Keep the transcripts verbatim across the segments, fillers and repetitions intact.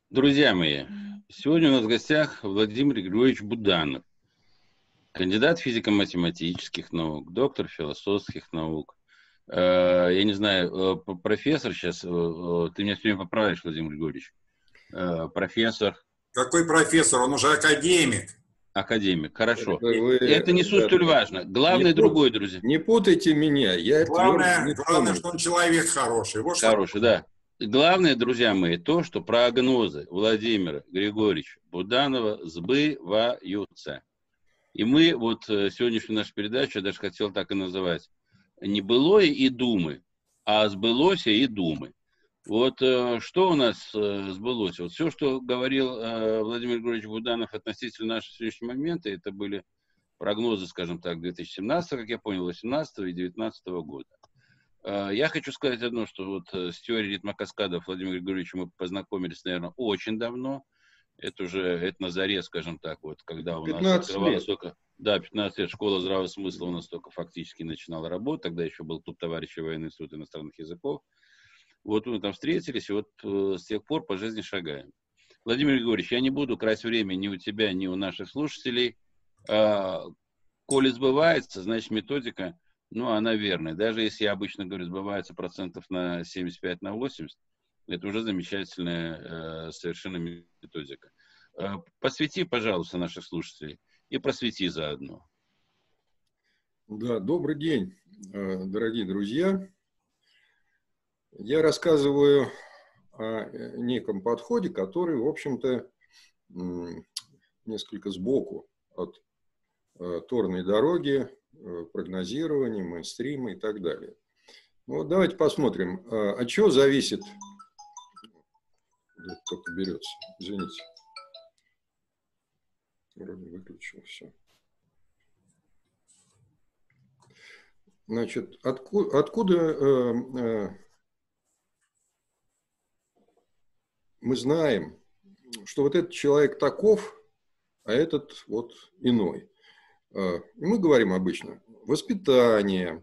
Друзья мои, сегодня у нас в гостях Владимир Григорьевич Буданов, кандидат физико-математических наук, доктор философских наук. Э, Я не знаю, э, п- профессор сейчас, э, э, ты меня сегодня поправишь, Владимир Григорьевич, Э, профессор, Какой профессор? Он уже академик. академик, хорошо. Это вы, Это не суть столь ребята, важно. не, Главное пут- другое, друзья. не путайте меня, я твердо Главное, не главное, помню. что он человек хороший. Вот что. Хороший, да. Главное, друзья мои, то, что прогнозы Владимира Григорьевича Буданова сбываются. И мы вот э, сегодняшнюю нашу передачу, я даже хотел так и называть, не былое и думы, а сбылось и думы. Вот э, что у нас э, сбылось? Вот все, что говорил э, Владимир Григорьевич Буданов относительно нашего сегодняшнего момента, это были прогнозы, скажем так, две тысячи семнадцатого, как я понял, восемнадцатого и девятнадцатого года. Э, я хочу сказать одно, что вот э, с теорией ритма каскадов Владимира Григорьевича мы познакомились, наверное, очень давно. Это уже, это на заре, скажем так, вот, когда у нас пятнадцать открывалась лет. только, да, пятнадцать лет, школа здравого смысла у нас только фактически начинала работать, тогда еще был клуб товарищей военный институт иностранных языков. Вот мы там встретились, и вот э, с тех пор по жизни шагаем. Владимир Григорьевич, я не буду красть время ни у тебя, ни у наших слушателей. А, коли сбывается, значит методика, ну, она верная. Даже если я обычно говорю, сбывается процентов на семьдесят пять, на восемьдесят, это уже замечательная э, совершенно методика. Э, посвяти, пожалуйста, наших слушателей и просвети заодно. Да, добрый день, э, дорогие друзья. Я рассказываю о э, неком подходе, который, в общем-то, м, несколько сбоку от э, торной дороги, э, прогнозирования, мейнстрима и так далее. Ну, вот давайте посмотрим, э, от чего зависит... Кто-то берется, извините. Вроде выключил все. Значит, откуда, откуда э, э, мы знаем, что вот этот человек таков, а этот вот иной? Э, и мы говорим обычно воспитание,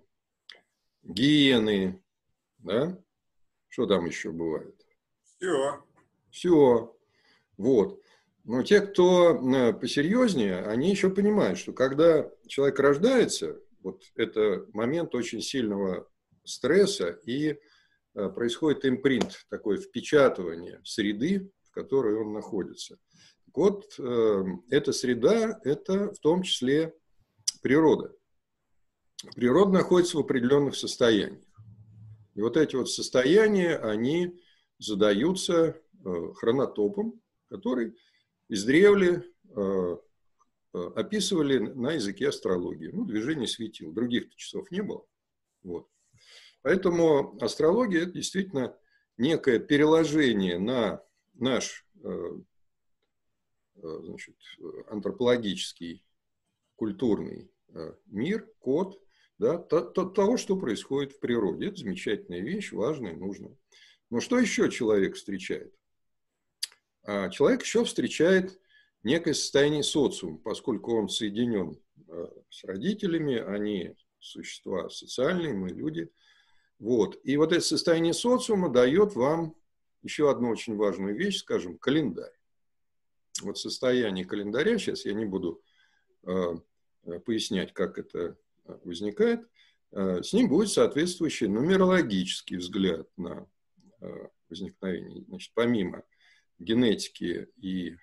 гены, да? Что там еще бывает? Все. Все. Вот. Но те, кто э, посерьезнее, они еще понимают, что когда человек рождается, вот это момент очень сильного стресса, и э, происходит импринт, такое впечатывание среды, в которой он находится. Так вот, э, эта среда – это в том числе природа. Природа находится в определенных состояниях. И вот эти вот состояния, они задаются э, хронотопом, который издревле э, описывали на языке астрологии. Ну, движение светил. Других часов не было. Вот. Поэтому астрология – это действительно некое переложение на наш э, значит, антропологический, культурный э, мир, код, да, то, то, того, что происходит в природе. Это замечательная вещь, важная, нужная. Но что еще человек встречает? А человек еще встречает некое состояние социума, поскольку он соединен с родителями, они существа социальные, мы люди. Вот. И вот это состояние социума дает вам еще одну очень важную вещь, скажем, календарь. Вот состояние календаря, сейчас я не буду э, пояснять, как это возникает, э, с ним будет соответствующий нумерологический взгляд на э, возникновение. Значит, помимо генетики и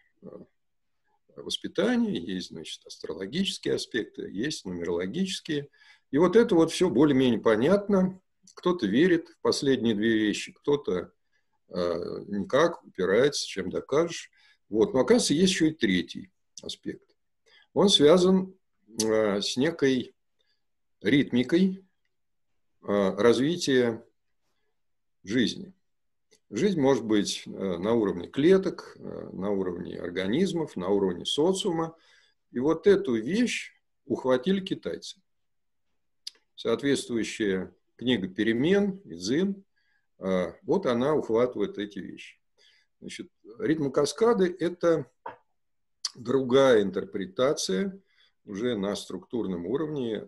воспитания, есть, значит, астрологические аспекты, есть нумерологические. И вот это вот все более-менее понятно. Кто-то верит в последние две вещи, кто-то э, никак, упирается, чем докажешь. Вот. Но, оказывается, есть еще и третий аспект. Он связан э, с некой ритмикой э, развития жизни. Жизнь может быть на уровне клеток, на уровне организмов, на уровне социума. И вот эту вещь ухватили китайцы. Соответствующая книга «Перемен», Цзин, вот она ухватывает эти вещи. Значит, ритм каскады – это другая интерпретация уже на структурном уровне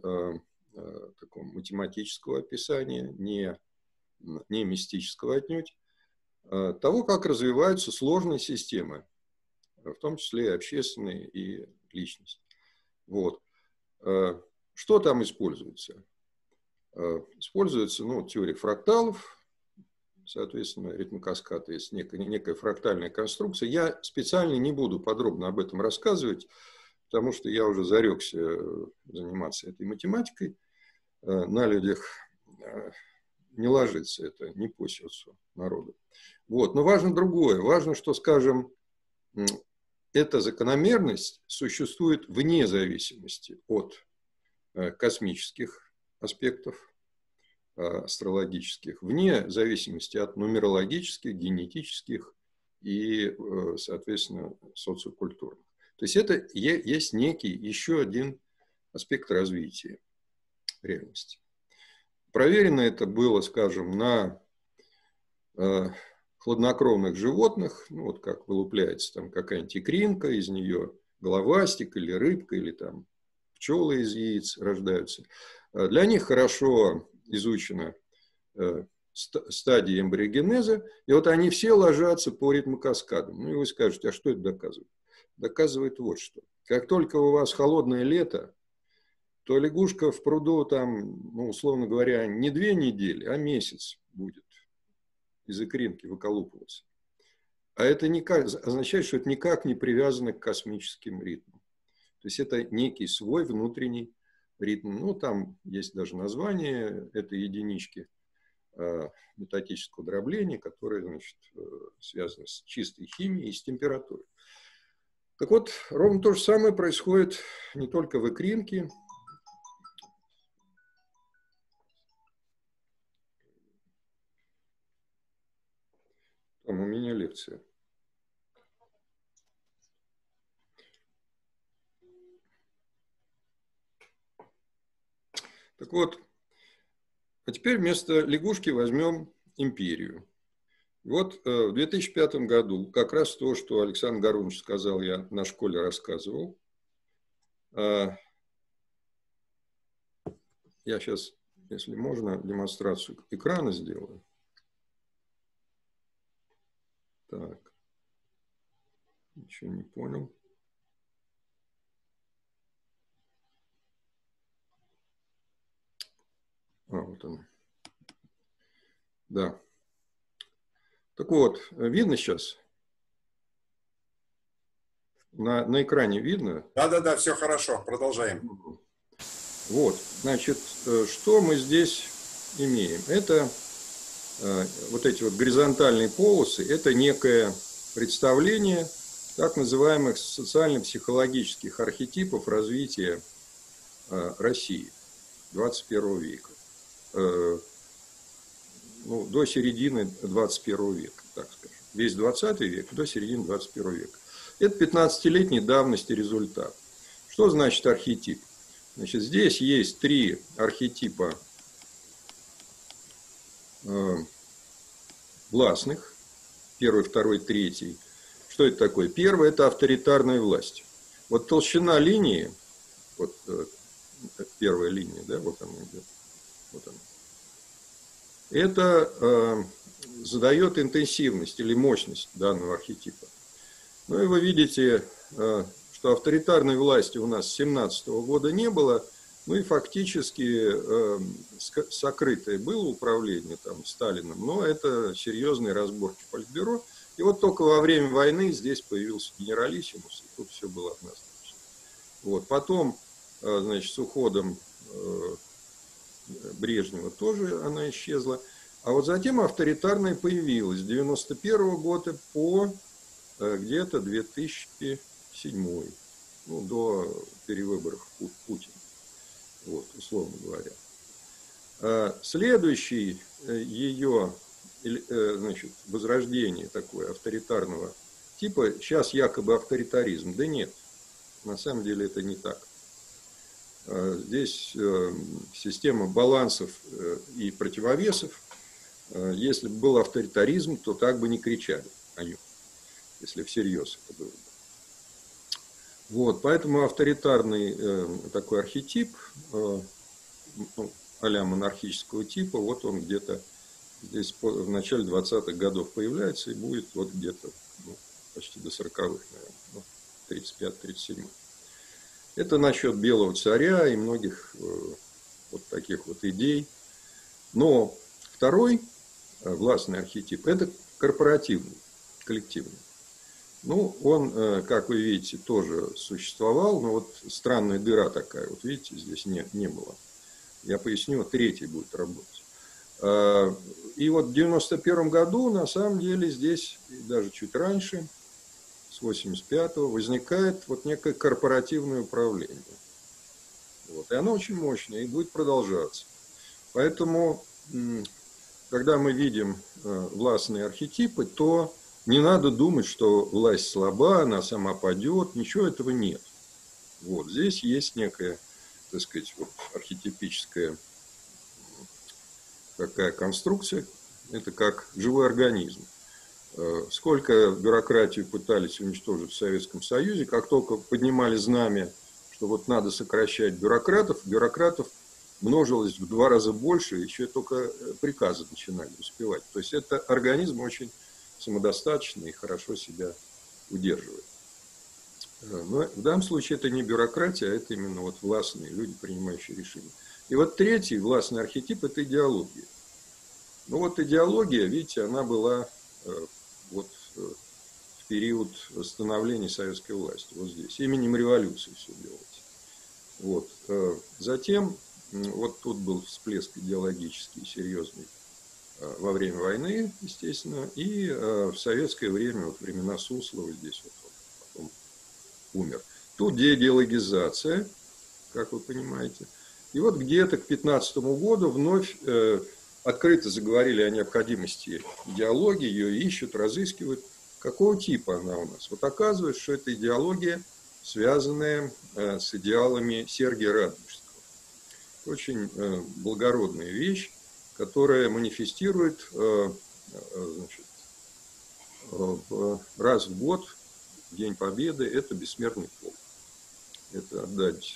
такого математического описания, не, не мистического отнюдь. того, как развиваются сложные системы, в том числе и общественные, и личность. Вот. Что там используется? Используется, ну, теория фракталов, соответственно, ритмокаскад есть некая, некая фрактальная конструкция. Я специально не буду подробно об этом рассказывать, потому что я уже зарекся заниматься этой математикой. На людях не ложится это, не по сердцу народу. Вот. Но важно другое. Важно, что, скажем, эта закономерность существует вне зависимости от космических аспектов, астрологических, вне зависимости от нумерологических, генетических и, соответственно, социокультурных. То есть это есть некий еще один аспект развития реальности. Проверено это было, скажем, на хладнокровных животных, ну, вот как вылупляется там какая-нибудь икринка, из нее головастик или рыбка, или там пчелы из яиц рождаются. Для них хорошо изучена стадия эмбриогенеза, и вот они все ложатся по ритмокаскадам. Ну, и вы скажете, а что это доказывает? Доказывает вот что. Как только у вас холодное лето, то лягушка в пруду там, ну, условно говоря, не две недели, а месяц будет из икринки выколупываться. А это никак, означает, что это никак не привязано к космическим ритмам. То есть это некий свой внутренний ритм. Ну, там есть даже название этой единички метатического дробления, которое, значит, связано с чистой химией и с температурой. Так вот, ровно то же самое происходит не только в икринке. Там у меня лекция. Так вот, а теперь вместо лягушки возьмем империю. Вот в две тысячи пятом году, как раз то, что Александр Гарунович сказал, я на школе рассказывал. Я сейчас, если можно, демонстрацию экрана сделаю. Так, ничего не понял. А, вот он. Да. Так вот, видно сейчас? На, на экране видно? Да-да-да, все хорошо, продолжаем. Вот, значит, что мы здесь имеем? Это вот эти вот горизонтальные полосы, это некое представление так называемых социально-психологических архетипов развития России двадцать первого века. Ну, до середины двадцать первого века, так скажем. Весь двадцатый век до середины двадцать первого века. Это пятнадцатилетней давности результат. Что значит архетип? Значит, здесь есть три архетипа э, властных. Первый, второй, третий. Что это такое? Первый – это авторитарная власть. Вот толщина линии, вот э, первая линия, да, вот она идет. Вот она. Это э, задает интенсивность или мощность данного архетипа. Ну и вы видите, э, что авторитарной власти у нас с семнадцатого года не было, ну и фактически э, сокрытое было управление там, Сталином, но это серьезные разборки Политбюро. И вот только во время войны здесь появился генералиссимус, и тут все было однозначно. Вот. Потом, э, значит, с уходом э, Брежнева тоже она исчезла. А вот затем авторитарная появилась с девяносто первого года по где-то две тысячи седьмой, ну, до перевыборов Путина, вот, условно говоря. Следующий ее, значит, возрождение такое авторитарного типа, сейчас якобы авторитаризм. Да нет, на самом деле это не так. Здесь система балансов и противовесов. Если бы был авторитаризм, то так бы не кричали о нем, если всерьез это было бы. Вот, поэтому авторитарный такой архетип, ну, а-ля монархического типа, вот он где-то здесь в начале двадцатых годов появляется и будет вот где-то ну, почти до сороковых, наверное, ну, тридцать пятый тридцать седьмой. Это насчет белого царя и многих э, вот таких вот идей. Но второй э, властный архетип – это корпоративный, коллективный. Ну, он, э, как вы видите, тоже существовал, но вот странная дыра такая, вот видите, здесь не, не было. Я поясню, третий будет работать. Э, и вот в девяносто первом году, на самом деле, здесь, и даже чуть раньше, с восемьдесят пятого, возникает вот некое корпоративное управление. Вот. И оно очень мощное и будет продолжаться. Поэтому, когда мы видим властные архетипы, то не надо думать, что власть слаба, она сама падет. Ничего этого нет. Вот. Здесь есть некая, так сказать, вот архетипическая такая конструкция. Это как живой организм. Сколько бюрократию пытались уничтожить в Советском Союзе, как только поднимали знамя, что вот надо сокращать бюрократов, бюрократов множилось в два раза больше, еще только приказы начинали успевать. То есть это организм очень самодостаточный и хорошо себя удерживает. Но в данном случае это не бюрократия, а это именно вот властные люди, принимающие решения. И вот третий властный архетип – это идеология. Ну вот идеология, видите, она была вот в период становления советской власти, вот здесь. Именем революции все делается. Вот. Затем, вот тут был всплеск идеологический, серьезный во время войны, естественно, и в советское время, вот времена Суслова, здесь вот он потом умер. Тут деидеологизация, как вы понимаете. И вот где-то к пятнадцатому году вновь открыто заговорили о необходимости идеологии, ее ищут, разыскивают. Какого типа она у нас? Вот оказывается, что это идеология, связанная с идеалами Сергия Радонежского. Очень благородная вещь, которая манифестирует значит, раз в год, в День Победы, это бессмертный полк. Это отдать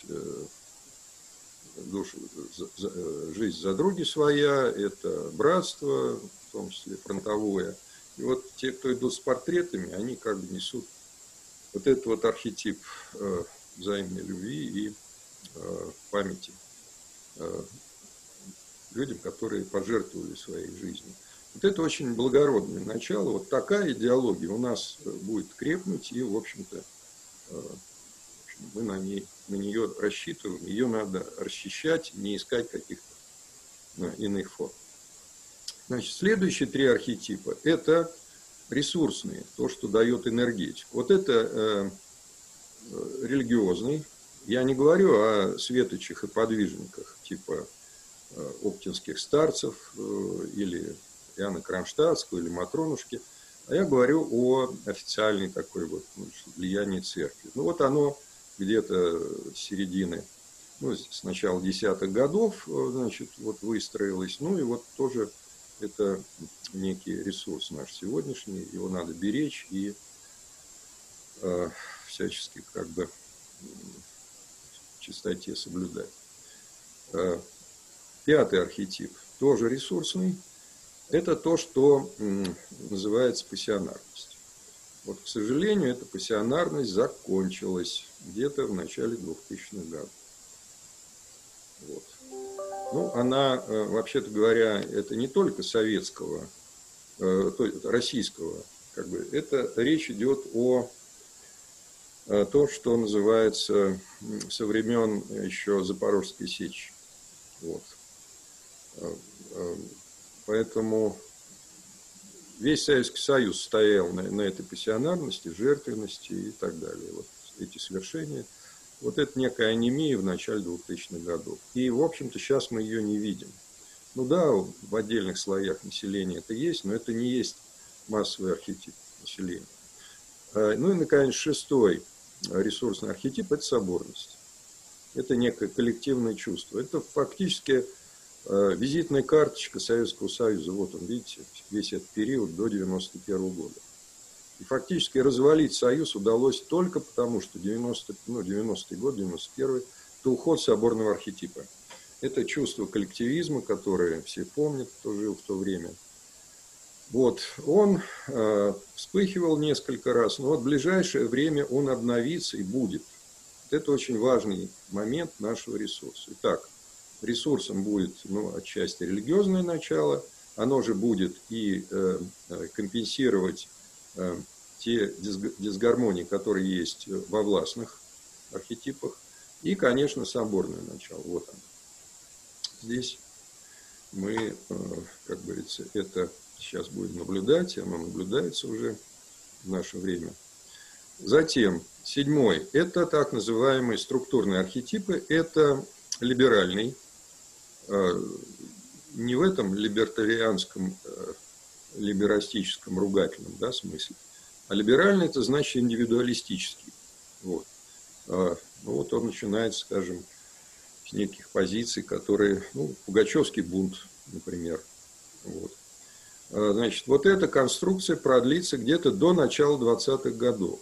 душу, жизнь за други своя, это братство, в том числе фронтовое. И вот те, кто идут с портретами, они как бы несут вот этот вот архетип э, взаимной любви и э, памяти э, людям, которые пожертвовали своей жизнью. Вот это очень благородное начало. Вот такая идеология у нас будет крепнуть, и, в общем-то, э, мы на, ней, на нее рассчитываем. Ее надо расчищать, не искать каких-то ну, иных форм. Значит, следующие три архетипа – это ресурсные, то, что дает энергетику. Вот это э, религиозный. Я не говорю о светочах и подвижниках, типа э, оптинских старцев э, или Иоанна Кронштадтского или Матронушки, а я говорю о официальной такой вот ну, влиянии церкви. Ну вот оно где-то с середины, ну, с начала десятых годов, значит, вот выстроилось. Ну и вот тоже это некий ресурс наш сегодняшний, его надо беречь и э, всячески как бы в чистоте соблюдать. Э, пятый архетип, тоже ресурсный, это то, что м, называется пассионарность. Вот, к сожалению, эта пассионарность закончилась где-то в начале двухтысячных годов. Вот. Ну, она, вообще-то говоря, это не только советского, российского, как бы, это речь идет о том, что называется со времен еще Запорожской сечи. Вот. Поэтому весь Советский Союз стоял на, на этой пассионарности, жертвенности и так далее. Вот эти свершения. Вот это некая анемия в начале двухтысячных годов. И, в общем-то, сейчас мы ее не видим. Ну да, в отдельных слоях населения это есть, но это не есть массовый архетип населения. Ну и, наконец, шестой ресурсный архетип – это соборность. Это некое коллективное чувство. Это фактически визитная карточка Советского Союза. Вот он, видите, весь этот период до девяносто первого года. И фактически развалить Союз удалось только потому, что девяностый, ну, девяностый год, девяносто первый, это уход соборного архетипа. Это чувство коллективизма, которое все помнят, кто жил в то время. Вот, он э, вспыхивал несколько раз, но вот в ближайшее время он обновится и будет. Это очень важный момент нашего ресурса. Итак, ресурсом будет, ну, отчасти религиозное начало, оно же будет и э, компенсировать э, те дисгармонии, которые есть во властных архетипах, и, конечно, соборное начало. Вот оно. Здесь мы, как говорится, это сейчас будем наблюдать, и оно наблюдается уже в наше время. Затем, седьмой, это так называемые структурные архетипы, это либеральный, не в этом либертарианском, либерастическом, ругательном, да, смысле, а либеральный – это значит индивидуалистический. Вот. Ну, вот он начинается, скажем, с неких позиций, которые, ну, Пугачевский бунт, например. Вот. Значит, вот эта конструкция продлится где-то до начала двадцатых годов.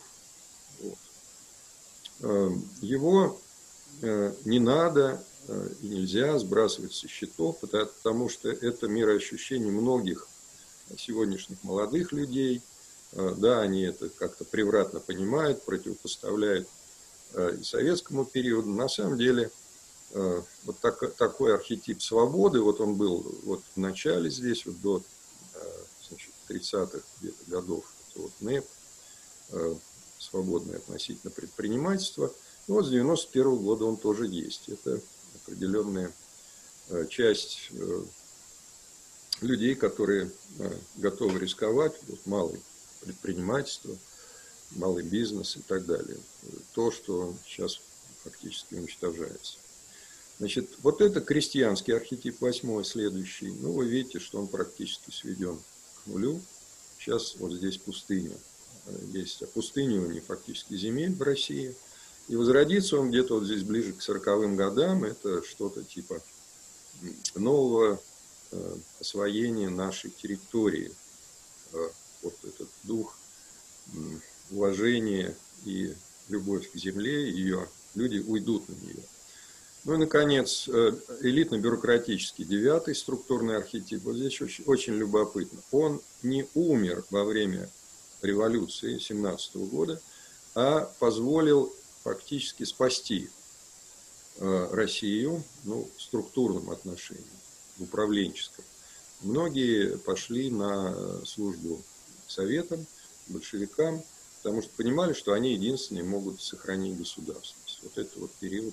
Вот. Его не надо и нельзя сбрасывать со счетов, потому что это мироощущение многих сегодняшних молодых людей. Да, они это как-то превратно понимают, противопоставляют и советскому периоду. На самом деле, вот так, такой архетип свободы, вот он был вот в начале здесь, вот до, значит, тридцатых где-то годов, это вот НЭП, свободное относительно предпринимательство. И вот с девяносто первого года он тоже есть. Это определенная часть людей, которые готовы рисковать, вот малое предпринимательство, малый бизнес и так далее. То, что сейчас фактически уничтожается. Значит, вот это крестьянский архетип, восьмой, следующий. Ну, вы видите, что он практически сведен к нулю. Сейчас вот здесь пустыня есть. А пустыни у них фактически земель в России. И возродится он где-то вот здесь ближе к сороковым годам. Это что-то типа нового освоения нашей территории. Вот этот дух уважения и любовь к земле, ее люди уйдут на нее. Ну и, наконец, элитно-бюрократический девятый структурный архетип. Вот здесь очень, очень любопытно. Он не умер во время революции семнадцатого года, а позволил фактически спасти Россию, ну, в структурном отношении, в управленческом. Многие пошли на службу советам, большевикам, потому что понимали, что они единственные могут сохранить государственность. Вот это вот период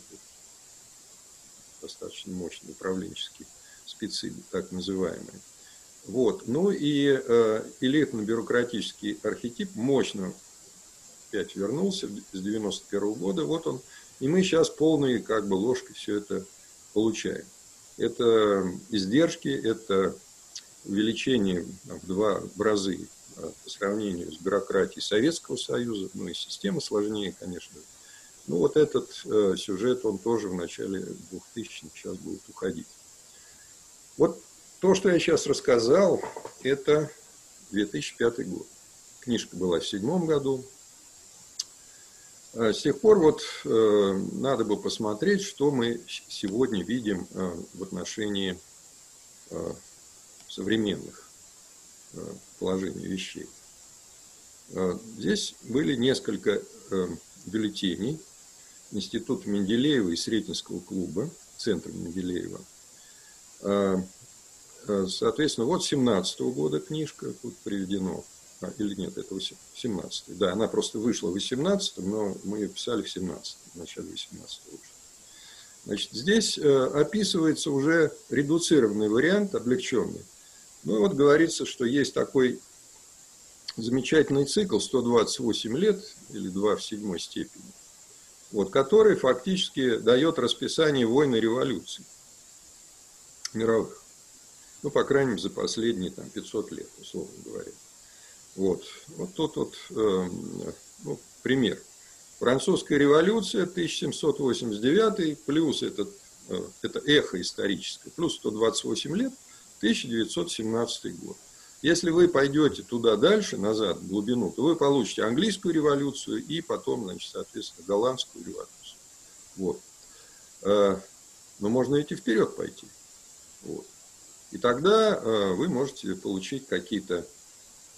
достаточно мощный, управленческий спецы, так называемые. Вот. Ну и э, элитно-бюрократический архетип мощно опять вернулся с девяносто первого года. Вот он. И мы сейчас полной как бы ложкой все это получаем. Это издержки, это увеличение в два раза по сравнению с бюрократией Советского Союза, ну и система сложнее, конечно. Ну вот этот э, сюжет, он тоже в начале двухтысячных сейчас будет уходить. Вот то, что я сейчас рассказал, это две тысячи пятый год. Книжка была в седьмом году. С тех пор вот э, надо бы посмотреть, что мы сегодня видим э, в отношении э, современных э, положений вещей. Э, здесь были несколько э, бюллетеней Института Менделеева и Сретенского клуба, центра Менделеева. Э, э, соответственно, вот семнадцатого года книжка тут приведено. А, или нет, это семнадцатый. Да, она просто вышла в восемнадцатом, но мы ее писали в семнадцатом, в начале восемнадцатого вышла. Значит, здесь э, описывается уже редуцированный вариант, облегченный. Ну и вот говорится, что есть такой замечательный цикл сто двадцать восемь лет, или два в седьмой степени, вот, который фактически дает расписание войн и революций мировых. Ну, по крайней мере, за последние там, пятьсот лет, условно говоря. Вот, вот тут вот, э, ну, пример. Французская революция тысяча семьсот восемьдесят девятый, плюс этот, э, это эхо историческое, плюс сто двадцать восемь лет, тысяча девятьсот семнадцатый год. Если вы пойдете туда дальше, назад, в глубину, то вы получите английскую революцию и потом, значит, соответственно, голландскую революцию. Вот. Э, но можно идти вперед пойти. Вот. И тогда э, вы можете получить какие-то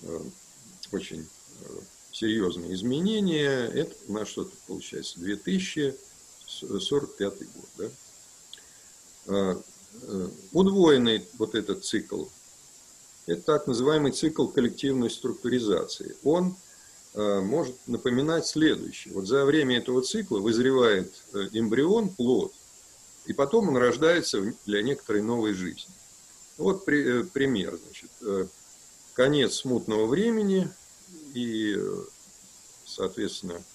очень серьезные изменения. Это у нас что-то получается две тысячи сорок пятый год. Да? Удвоенный вот этот цикл. Это так называемый цикл коллективной структуризации. Он может напоминать следующее. Вот за время этого цикла вызревает эмбрион, плод, и потом он рождается для некоторой новой жизни. Вот при, пример. Значит, конец смутного времени и, соответственно,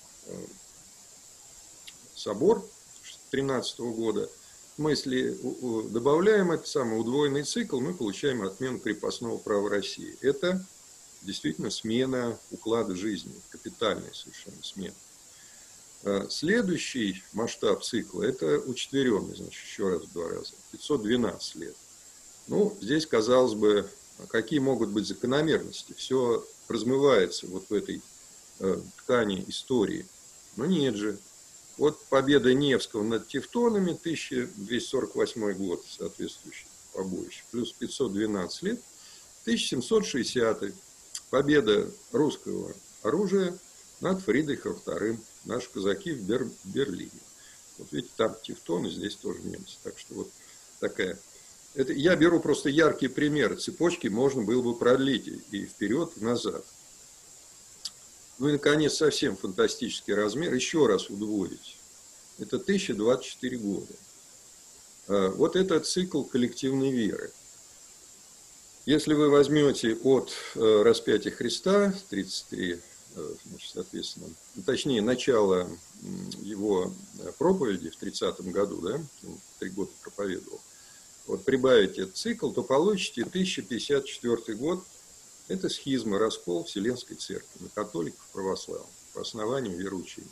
собор тринадцатого года. Мы, если добавляем этот самый удвоенный цикл, мы получаем отмену крепостного права России. Это действительно смена уклада жизни, капитальная совершенно смена. Следующий масштаб цикла – это учетверенный, значит, еще раз в два раза, пятьсот двенадцать лет. Ну, здесь, казалось бы, какие могут быть закономерности? Все размывается вот в этой ткани истории. Но нет же. Вот победа Невского над тевтонами, тысяча двести сорок восьмой год, соответствующий побоище, плюс пятьсот двенадцать лет, тысяча семьсот шестидесятый. Победа русского оружия над Фридрихом вторым. Наши казаки в Бер- Берлине. Вот видите, там тевтоны, здесь тоже немцы. Так что вот такая. Это, я беру просто яркий пример. Цепочки можно было бы продлить и вперед, и назад. Ну и, наконец, совсем фантастический размер. Еще раз удвоить. Это тысяча двадцать четыре года. Вот это цикл коллективной веры. Если вы возьмете от распятия Христа, тридцать три, значит, соответственно, точнее, начало его проповеди в тридцатом году, да, три года проповедовал, вот прибавите этот цикл, то получите тысяча пятьдесят четвёртый год. Это схизма, раскол Вселенской Церкви на католиков, православных по основанию вероучения.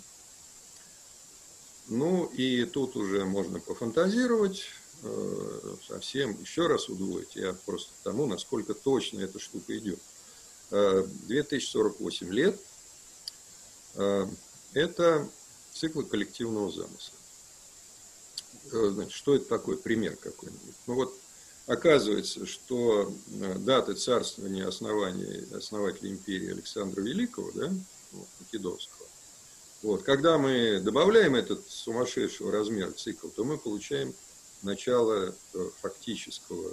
Ну и тут уже можно пофантазировать, совсем еще раз удвоить. Я просто к тому, насколько точно эта штука идет. две тысячи сорок восемь лет – это цикл коллективного замысла. Значит, что это такое? Пример какой-нибудь. Ну вот, оказывается, что даты царствования основания, основателя империи Александра Великого, да, Македонского, вот, когда мы добавляем этот сумасшедшего размера цикл, то мы получаем начало фактического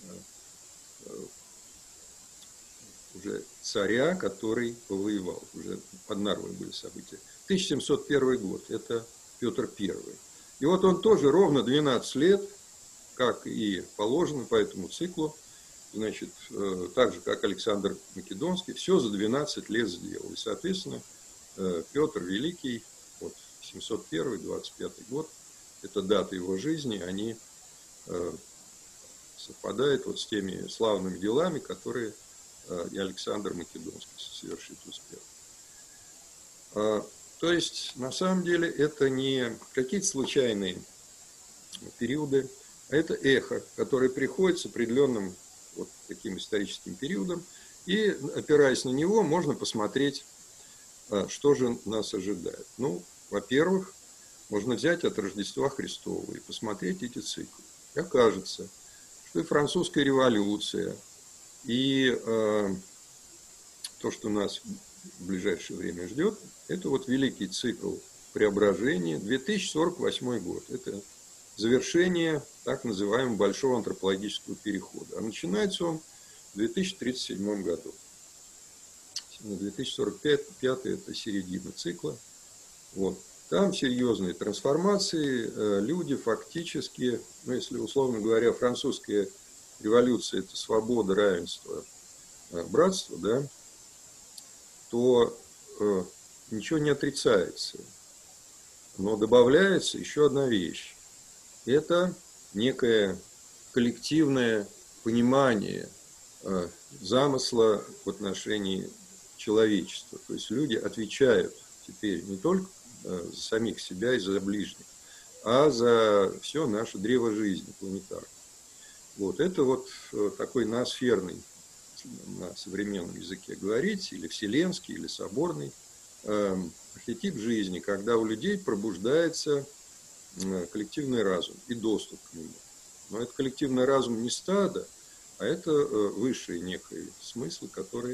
уже царя, который повоевал. Уже под Нарвой были события. тысяча семьсот первый год. Это Петр Первый. И вот он тоже ровно двенадцать лет, как и положено по этому циклу, значит, так же, как Александр Македонский, все за двенадцать лет сделал. И, соответственно, Петр Великий, вот семьсот первый — двадцать пятый год, это дата его жизни, они совпадают вот с теми славными делами, которые и Александр Македонский совершить успел. То есть, на самом деле, это не какие-то случайные периоды, а это эхо, которое приходит с определенным вот таким историческим периодом, и, опираясь на него, можно посмотреть, что же нас ожидает. Ну, во-первых, можно взять от Рождества Христова и посмотреть эти циклы. И окажется, что и французская революция, и э, то, что нас в ближайшее время ждет, это вот великий цикл преображения, две тысячи сорок восьмой год. Это завершение так называемого большого антропологического перехода. А начинается он в две тысячи тридцать седьмом году. две тысячи сорок пятый это середина цикла. Вот. Там серьезные трансформации. Люди фактически, ну, если условно говоря, французская революция – это свобода, равенство, братство, да, то э, ничего не отрицается. Но добавляется еще одна вещь. Это некое коллективное понимание э, замысла в отношении человечества. То есть люди отвечают теперь не только э, за самих себя и за ближних, а за все наше древо жизни планетарное. Вот это вот такой ноосферный, на современном языке говорить, или вселенский, или соборный э, архетип жизни, когда у людей пробуждается э, коллективный разум и доступ к нему. Но это коллективный разум не стадо, а это э, высший некий смысл, который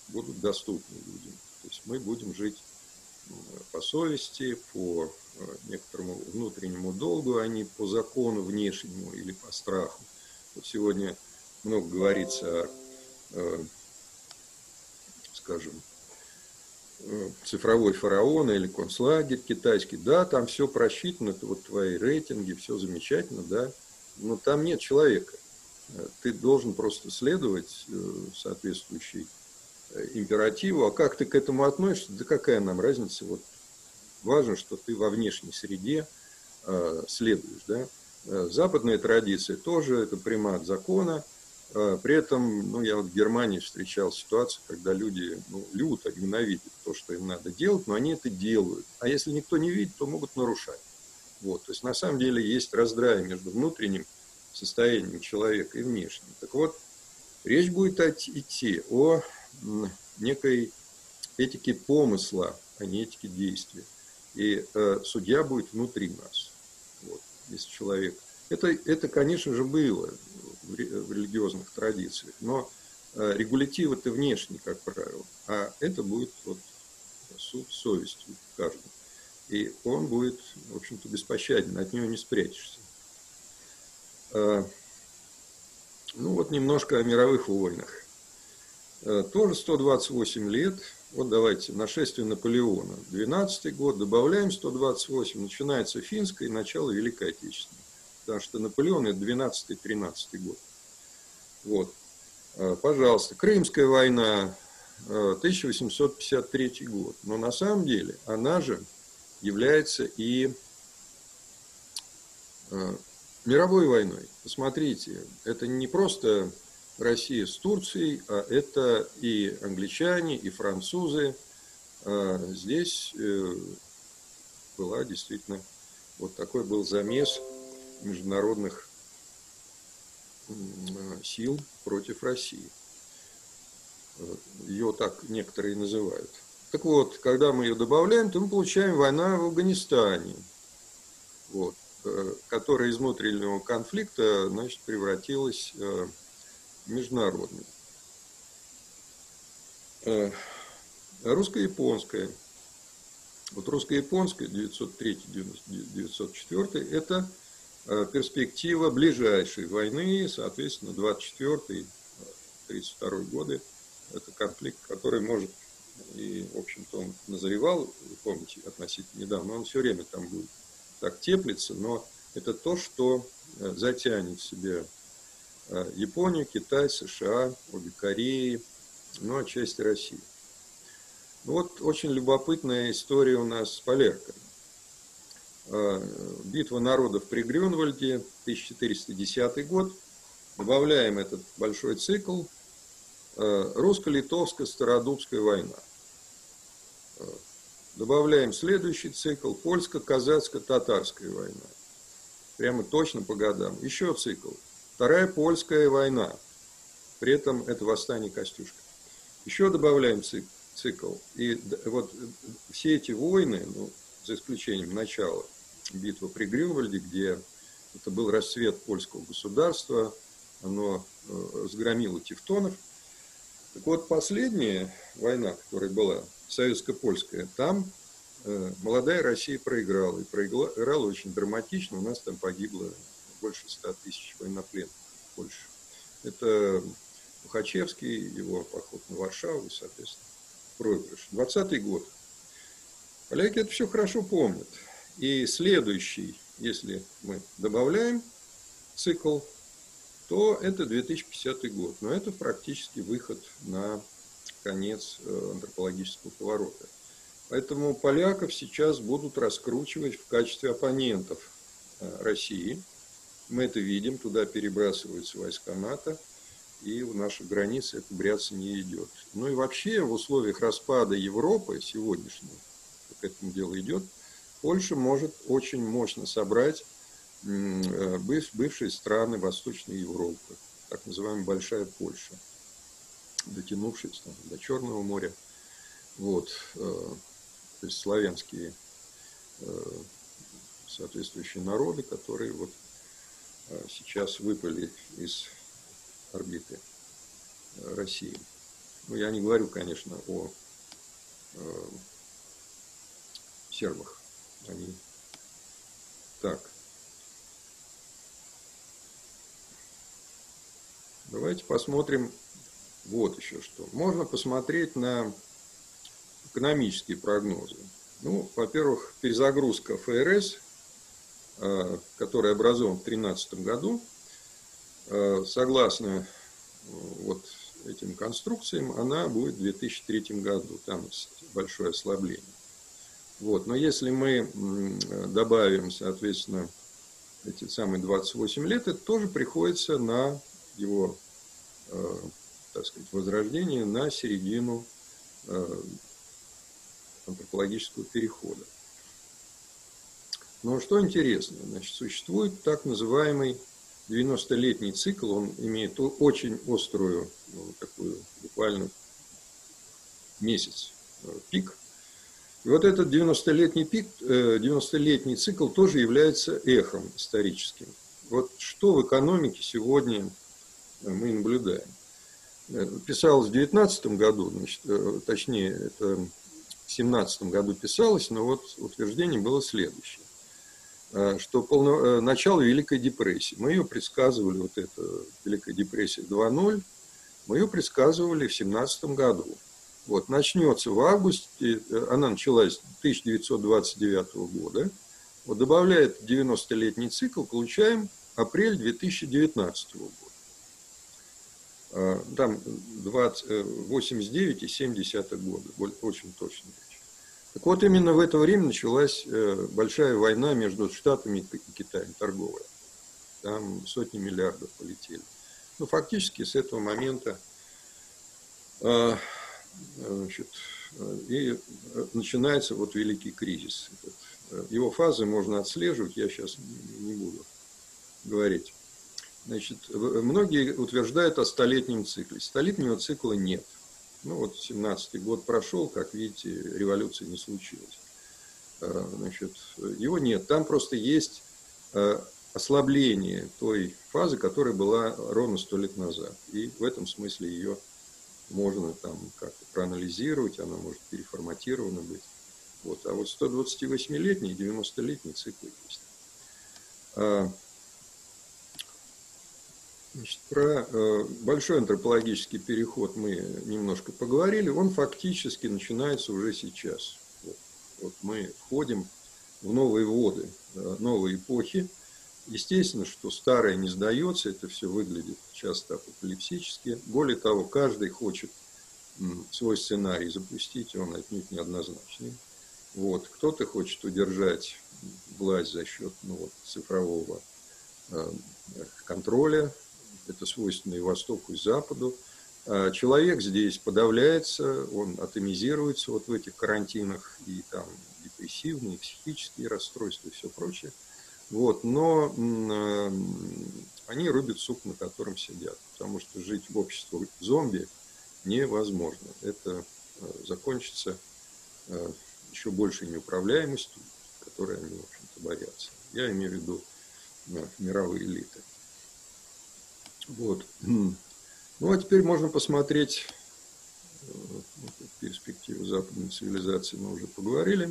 будут доступны людям. То есть мы будем жить по совести, по некоторому внутреннему долгу, а не по закону внешнему или по страху. Вот сегодня много говорится о, скажем, цифровой фараон или концлагерь китайский. Да, там все просчитано, это вот твои рейтинги, все замечательно, да, но там нет человека. Ты должен просто следовать соответствующей императиву. А как ты к этому относишься? Да какая нам разница? Вот важно, что ты во внешней среде следуешь, да. Западная традиция тоже, это примат закона. При этом, ну, я вот в Германии встречал ситуацию, когда люди, ну, любят, а ненавидят то, что им надо делать, но они это делают. А если никто не видит, то могут нарушать. Вот. То есть, на самом деле, есть раздрай между внутренним состоянием человека и внешним. Так вот, речь будет идти о некой этике помысла, а не этике действия. И э, судья будет внутри нас. Вот. Если человек... Это, это, конечно же, было в религиозных традициях, но регулятивы-то внешние, как правило, а это будет вот суд совести каждого. И он будет, в общем-то, беспощаден, от него не спрячешься. Ну вот немножко о мировых войнах. Тоже сто двадцать восемь лет. Вот давайте, нашествие Наполеона. двенадцатый год, добавляем сто двадцать восемь, начинается финское и начало Великой Отечественной. Потому что Наполеон – это двенадцатый-тринадцатый год. Вот. Пожалуйста. Крымская война, тысяча восемьсот пятьдесят третий год. Но на самом деле она же является и мировой войной. Посмотрите, это не просто Россия с Турцией, а это и англичане, и французы. Здесь была действительно вот такой был замес международных сил против России. Ее так некоторые называют. Так вот, когда мы ее добавляем, то мы получаем война в Афганистане, вот, которая из внутреннего конфликта, значит, превратилась в международный. Русско-японская. Вот русско-японская девятьсот третий — девятьсот четвёртый это перспектива ближайшей войны, соответственно, двадцать четвёртый — тридцать второй годы. Это конфликт, который может, и, в общем-то, он назревал, вы помните, относительно недавно, он все время там будет так теплиться, но это то, что затянет в себя Японию, Китай, США, обе Кореи, ну, отчасти России. Ну, вот очень любопытная история у нас с Поляркой. Битва народов при Грюнвальде, тысяча четыреста десятый год. Добавляем этот большой цикл. Русско-литовско-стародубская война. Добавляем следующий цикл. Польско-казацко-татарская война. Прямо точно по годам. Еще цикл. Вторая польская война. При этом это восстание Костюшка. Еще добавляем цикл. цикл. И вот все эти войны, ну, за исключением начала битвы при Грюнвальде, где это был расцвет польского государства, оно разгромило тевтонов. Так вот, последняя война, которая была, советско-польская, там э, молодая Россия проиграла. И проиграла очень драматично. У нас там погибло больше ста тысяч военнопленных в Польше. Это Тухачевский, его поход на Варшаву и, соответственно, проигрыш. двадцатый год. Поляки это все хорошо помнят. И следующий, если мы добавляем цикл, то это две тысячи пятидесятый год. Но это практически выход на конец антропологического поворота. Поэтому поляков сейчас будут раскручивать в качестве оппонентов России. Мы это видим, туда перебрасываются войска НАТО, и в наших границах это бряться не идет. Ну и вообще в условиях распада Европы сегодняшнего, как этому дело идет, Польша может очень мощно собрать бывшие страны Восточной Европы, так называемая Большая Польша, дотянувшись там, до Черного моря. Вот, то есть славянские соответствующие народы, которые вот сейчас выпали из орбиты России. Ну, я не говорю, конечно, о э, сербах. Они так. Давайте посмотрим вот еще что. Можно посмотреть на экономические прогнозы. Ну, во-первых, перезагрузка ФРС, э, которая образована в две тысячи тринадцатом году, э, согласно э, вот этим конструкциям, она будет в две тысячи третьем году. Там большое ослабление. Вот. Но если мы добавим, соответственно, эти самые двадцать восемь лет, это тоже приходится на его, э, так сказать, возрождение, на середину э, антропологического перехода. Но что интересно, значит, существует так называемый девяностолетний цикл, он имеет очень острую, ну, такую буквально месяц пик. И вот этот девяностолетний пик, девяностолетний цикл тоже является эхом историческим. Вот что в экономике сегодня мы наблюдаем. Писалось в девятнадцатом году, значит, точнее, это в семнадцатом году писалось, но вот утверждение было следующее. Что полно, начало Великой депрессии. Мы ее предсказывали, вот эта Великая депрессия два ноль, мы ее предсказывали в семнадцатом году. Вот, начнется в августе, она началась тысяча девятьсот двадцать девятого года. Вот, добавляет девяностолетний цикл, получаем апрель две тысячи девятнадцатого года. Там восемьдесят девять и семь десятых года, очень точно. Так вот, именно в это время началась большая война между Штатами и Китаем, торговая. Там сотни миллиардов полетели. Ну, фактически с этого момента значит, и начинается вот великий кризис. Его фазы можно отслеживать, я сейчас не буду говорить. Значит, многие утверждают о столетнем цикле. Столетнего цикла нет. Ну, вот семнадцатый год прошел, как видите, революции не случилось. Значит, его нет. Там просто есть ослабление той фазы, которая была ровно сто лет назад. И в этом смысле ее можно там как-то проанализировать, она может переформатирована быть. Вот. А вот стодвадцативосьмилетний и девяностолетний циклы есть. Значит, про э, большой антропологический переход мы немножко поговорили. Он фактически начинается уже сейчас. Вот, вот мы входим в новые воды, э, новые эпохи. Естественно, что старое не сдается, это все выглядит часто апокалипсически. Более того, каждый хочет м, свой сценарий запустить, он отнюдь неоднозначный. Вот. Кто-то хочет удержать власть за счет ну, вот, цифрового э, контроля. Это свойственно и Востоку, и Западу. Человек здесь подавляется, он атомизируется вот в этих карантинах, и там депрессивные, и психические расстройства, и все прочее. Вот. Но они рубят сук, на котором сидят, потому что жить в обществе зомби невозможно. Это закончится еще большей неуправляемостью, которой они, в общем-то, боятся. Я имею в виду мировые элиты. Вот. Ну, а теперь можно посмотреть перспективу западной цивилизации, мы уже поговорили.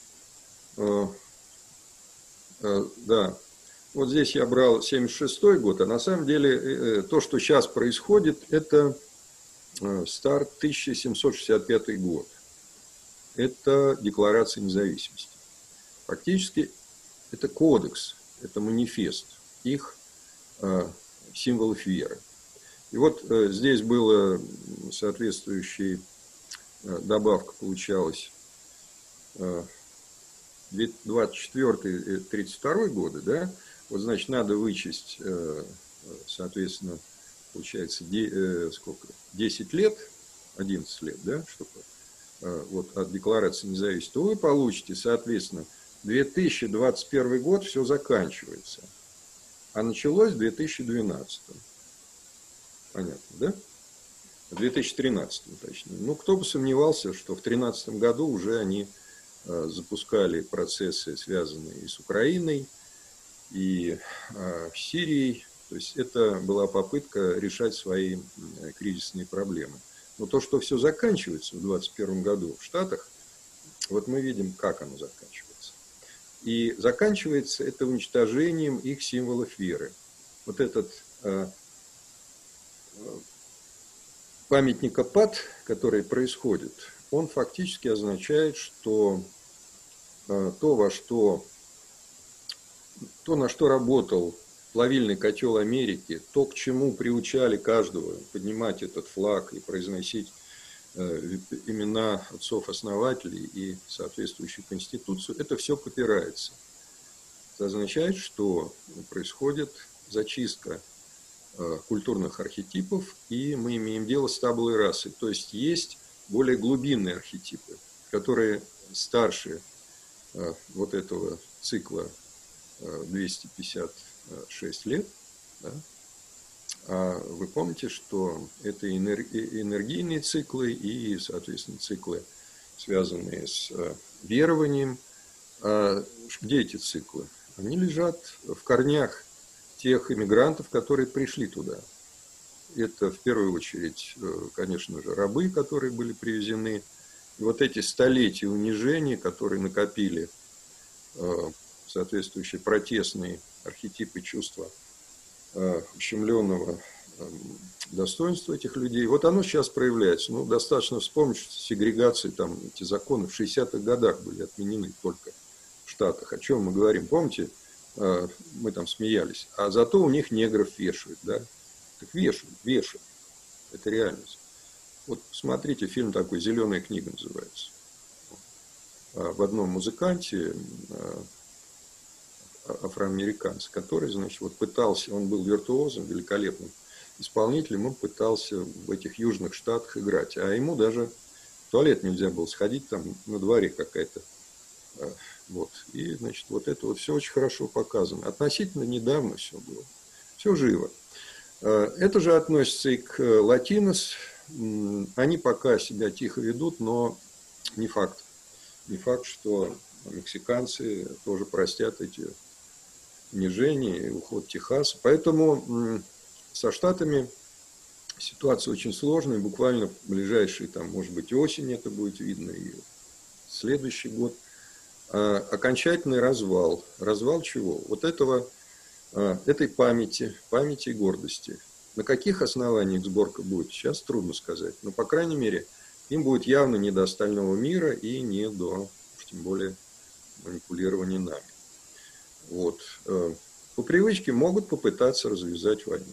Да, вот здесь я брал семьдесят шестой год, а на самом деле то, что сейчас происходит, это старт тысяча семьсот шестьдесят пятый год. Это Декларация независимости. Фактически это кодекс, это манифест их символов веры. И вот э, здесь была соответствующая э, добавка, получалась э, двадцать четвёртый — тридцать второй годы, да, вот, значит, надо вычесть, э, соответственно, получается, де, э, сколько, десять лет, одиннадцать лет, да, чтобы э, вот от Декларации независимости, то вы получите, соответственно, две тысячи двадцать первый год все заканчивается. А началось в две тысячи двенадцатом. Понятно, да? В две тысячи тринадцатом, точнее. Ну, кто бы сомневался, что в две тысячи тринадцатом году уже они э, запускали процессы, связанные и с Украиной, и э, с Сирией. То есть это была попытка решать свои э, кризисные проблемы. Но то, что все заканчивается в двадцать первом году в Штатах, вот мы видим, как оно заканчивается. И заканчивается это уничтожением их символов веры. Вот этот э, памятникопад, который происходит, он фактически означает, что э, то, во что, то, на что работал плавильный котел Америки, то, к чему приучали каждого поднимать этот флаг и произносить э, имена отцов-основателей и соответствующую конституцию, это все попирается. Это означает, что происходит зачистка э, культурных архетипов, и мы имеем дело с таблой расы. То есть есть более глубинные архетипы, которые старше э, вот этого цикла э, двести пятьдесят шесть лет. Да? А вы помните, что это энергийные циклы и, соответственно, циклы, связанные с верованием. А где эти циклы? Они лежат в корнях тех иммигрантов, которые пришли туда. Это в первую очередь, конечно же, рабы, которые были привезены. И вот эти столетия унижений, которые накопили соответствующие протестные архетипы чувства э, ущемленного э, достоинства этих людей. Вот оно сейчас проявляется. Ну, достаточно вспомнить, что сегрегации, там, эти законы в шестидесятых годах были отменены только в Штатах. О чем мы говорим? Помните, э, мы там смеялись. А зато у них негров вешают, да? Так вешают, вешают. Это реальность. Вот смотрите, фильм такой «Зеленая книга» называется. В одном музыканте афроамериканец, который, значит, вот пытался, он был виртуозом, великолепным исполнителем, он пытался в этих южных штатах играть, а ему даже в туалет нельзя было сходить, там на дворе какая-то, вот, и, значит, вот это вот все очень хорошо показано. Относительно недавно все было, все живо. Это же относится и к латинос, они пока себя тихо ведут, но не факт, не факт, что мексиканцы тоже простят эти унижения и уход Техаса. Поэтому со Штатами ситуация очень сложная. Буквально в ближайшие, там, может быть, осень это будет видно, и следующий год. А, окончательный развал. Развал чего? Вот этого, а, этой памяти, памяти и гордости. На каких основаниях сборка будет, сейчас трудно сказать. Но, по крайней мере, им будет явно не до остального мира и не до, уж тем более, манипулирования нами. Вот. По привычке могут попытаться развязать войну.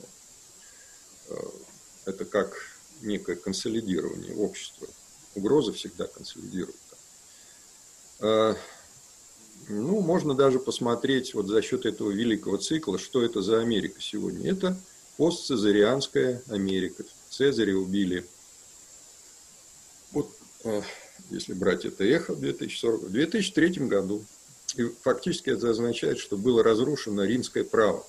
Это как некое консолидирование общества. Угрозы всегда консолидируют. Ну, можно даже посмотреть вот за счет этого великого цикла, что это за Америка сегодня. Это постцезарианская Америка. Цезаря убили. Вот, если брать это эхо в две тысячи сороком, в две тысячи третьем году. И фактически это означает, что было разрушено римское право.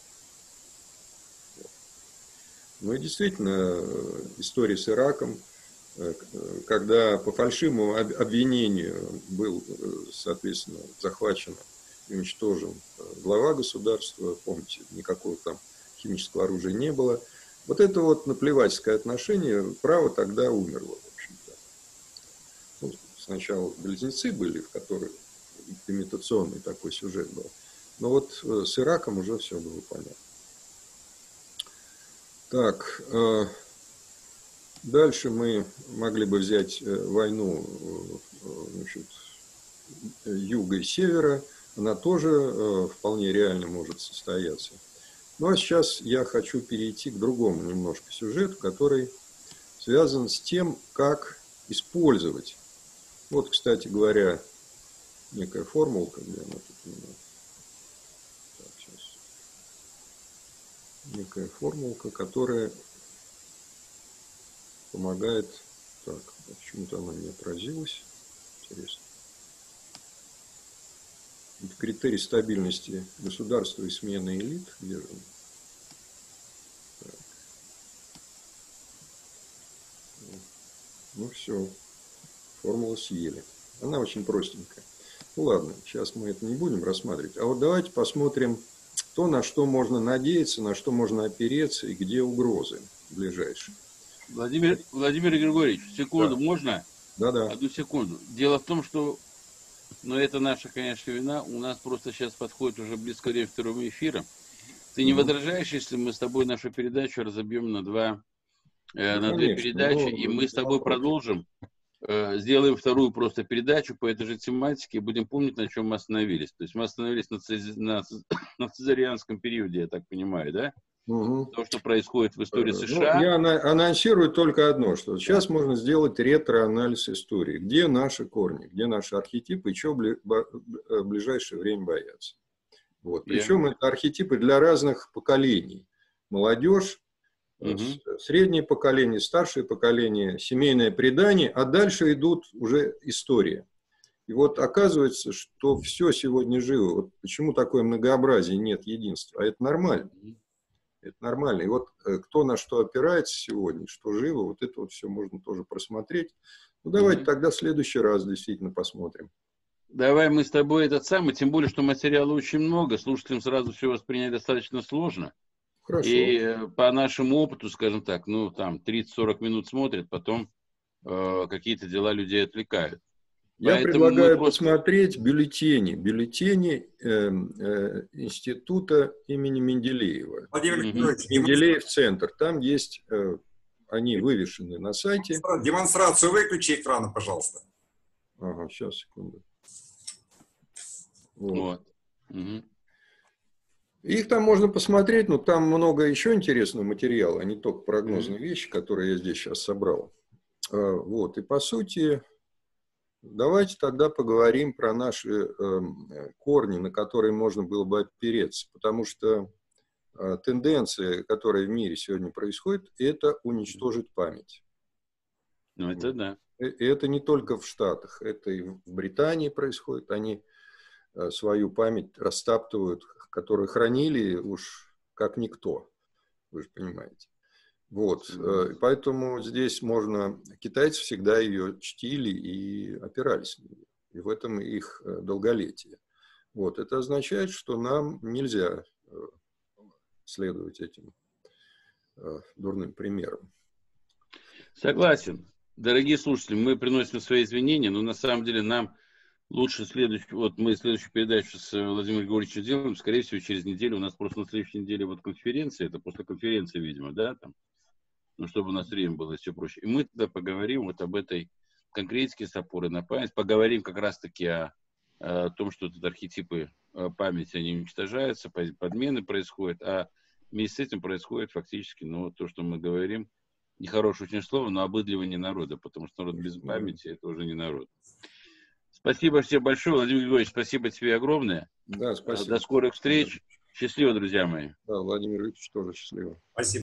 Ну и действительно, история с Ираком, когда по фальшивому обвинению был, соответственно, захвачен и уничтожен глава государства, помните, никакого там химического оружия не было. Вот это вот наплевательское отношение, право тогда умерло, в общем-то. Ну, сначала близнецы были, в которых имитационный такой сюжет был. Но вот с Ираком уже все было понятно. Так, дальше мы могли бы взять войну, значит, юга и севера. Она тоже вполне реально может состояться. Ну а сейчас я хочу перейти к другому немножко сюжету, который связан с тем, как использовать. Вот, кстати говоря, некая формулка, где она тут у меня. Так, сейчас. Некая формулка, которая помогает. Так, почему-то она не отразилась. Интересно. Это критерий стабильности государства и смены элит. Где же он? Так. Ну все. Формулу съели. Она очень простенькая. Ну ладно, сейчас мы это не будем рассматривать. А вот давайте посмотрим то, на что можно надеяться, на что можно опереться и где угрозы ближайшие. Владимир, Владимир Григорьевич, секунду, Да. можно? Да-да. Одну секунду. Дело в том, что, ну, это наша, конечно, вина. У нас просто сейчас подходит уже близко время второго эфира. Ты не Мгм. возражаешь, если мы с тобой нашу передачу разобьем на два, э, Ну, на две конечно, передачи, ну, и мы без с тобой вопросов. продолжим, э, сделаем вторую просто передачу по этой же тематике, и будем помнить, на чем мы остановились. То есть мы остановились на, цез- на, цез- на цезарианском периоде, я так понимаю, да? Мгм. То, что происходит в истории Ну, США. я ана- анонсирую только одно, что Да. сейчас можно сделать ретроанализ истории. Где наши корни, где наши архетипы, и чего в ближайшее время боятся. Вот. Я- Причем это архетипы для разных поколений. Молодежь, э, Мгм. с- среднее поколение, старшее поколение, семейное предание, а дальше идут уже история. И вот оказывается, что все сегодня живо. Вот почему такое многообразие, нет единства. А это нормально. Это нормально. И вот э, кто на что опирается сегодня, что живо, вот это вот все можно тоже просмотреть. Ну, давайте Мгм. тогда в следующий раз действительно посмотрим. Давай мы с тобой этот самый, тем более, что материала очень много, слушателям сразу все воспринять достаточно сложно. Хорошо. И э, по нашему опыту, скажем так, ну, там, тридцать-сорок минут смотрят, потом э, какие-то дела людей отвлекают. Я Поэтому мы предлагаю просто... посмотреть бюллетени, бюллетени э, э, института имени Менделеева. Владимир Мгм. Григорьевич, Менделеев центр. Там есть, э, они вывешены на сайте. демонстра- демонстрацию выключи экрана, пожалуйста. Ага, сейчас, секунду. Вот. Вот. Мгм. Их там можно посмотреть, но там много еще интересного материала, а не только прогнозные Мгм. вещи, которые я здесь сейчас собрал. А, Вот. И по сути, давайте тогда поговорим про наши эм, э, корни, на которые можно было бы опереться. Потому что э, тенденция, которая в мире сегодня происходит, это уничтожить память. Ну, это да. И и это не только в Штатах, это и в Британии происходит. Они э, свою память растаптывают, которую хранили уж как никто, вы же понимаете. Вот, э, поэтому здесь можно, китайцы всегда ее чтили и опирались на нее, и в этом их э, долголетие. Вот, это означает, что нам нельзя э, следовать этим э, дурным примерам. Согласен. Дорогие слушатели, мы приносим свои извинения, но на самом деле нам лучше следующий, вот мы следующую передачу с Владимиром Григорьевичем делаем, скорее всего, через неделю. У нас просто на следующей неделе вот конференция, это после конференции, видимо, да, там, ну, чтобы у нас время было и все проще. И мы тогда поговорим вот об этой конкретике с опорой на память, поговорим как раз-таки о, о том, что тут архетипы э, памяти, они уничтожаются, подмены происходят, а вместе с этим происходит фактически, ну, то, что мы говорим, нехорошее очень слово, но обыдливание народа, потому что народ без памяти – это уже не народ. Спасибо всем большое, Владимир Григорьевич, спасибо тебе огромное. Да, спасибо. До скорых встреч. Счастливо, друзья мои. Да, Владимир Ильич тоже счастливо. Спасибо.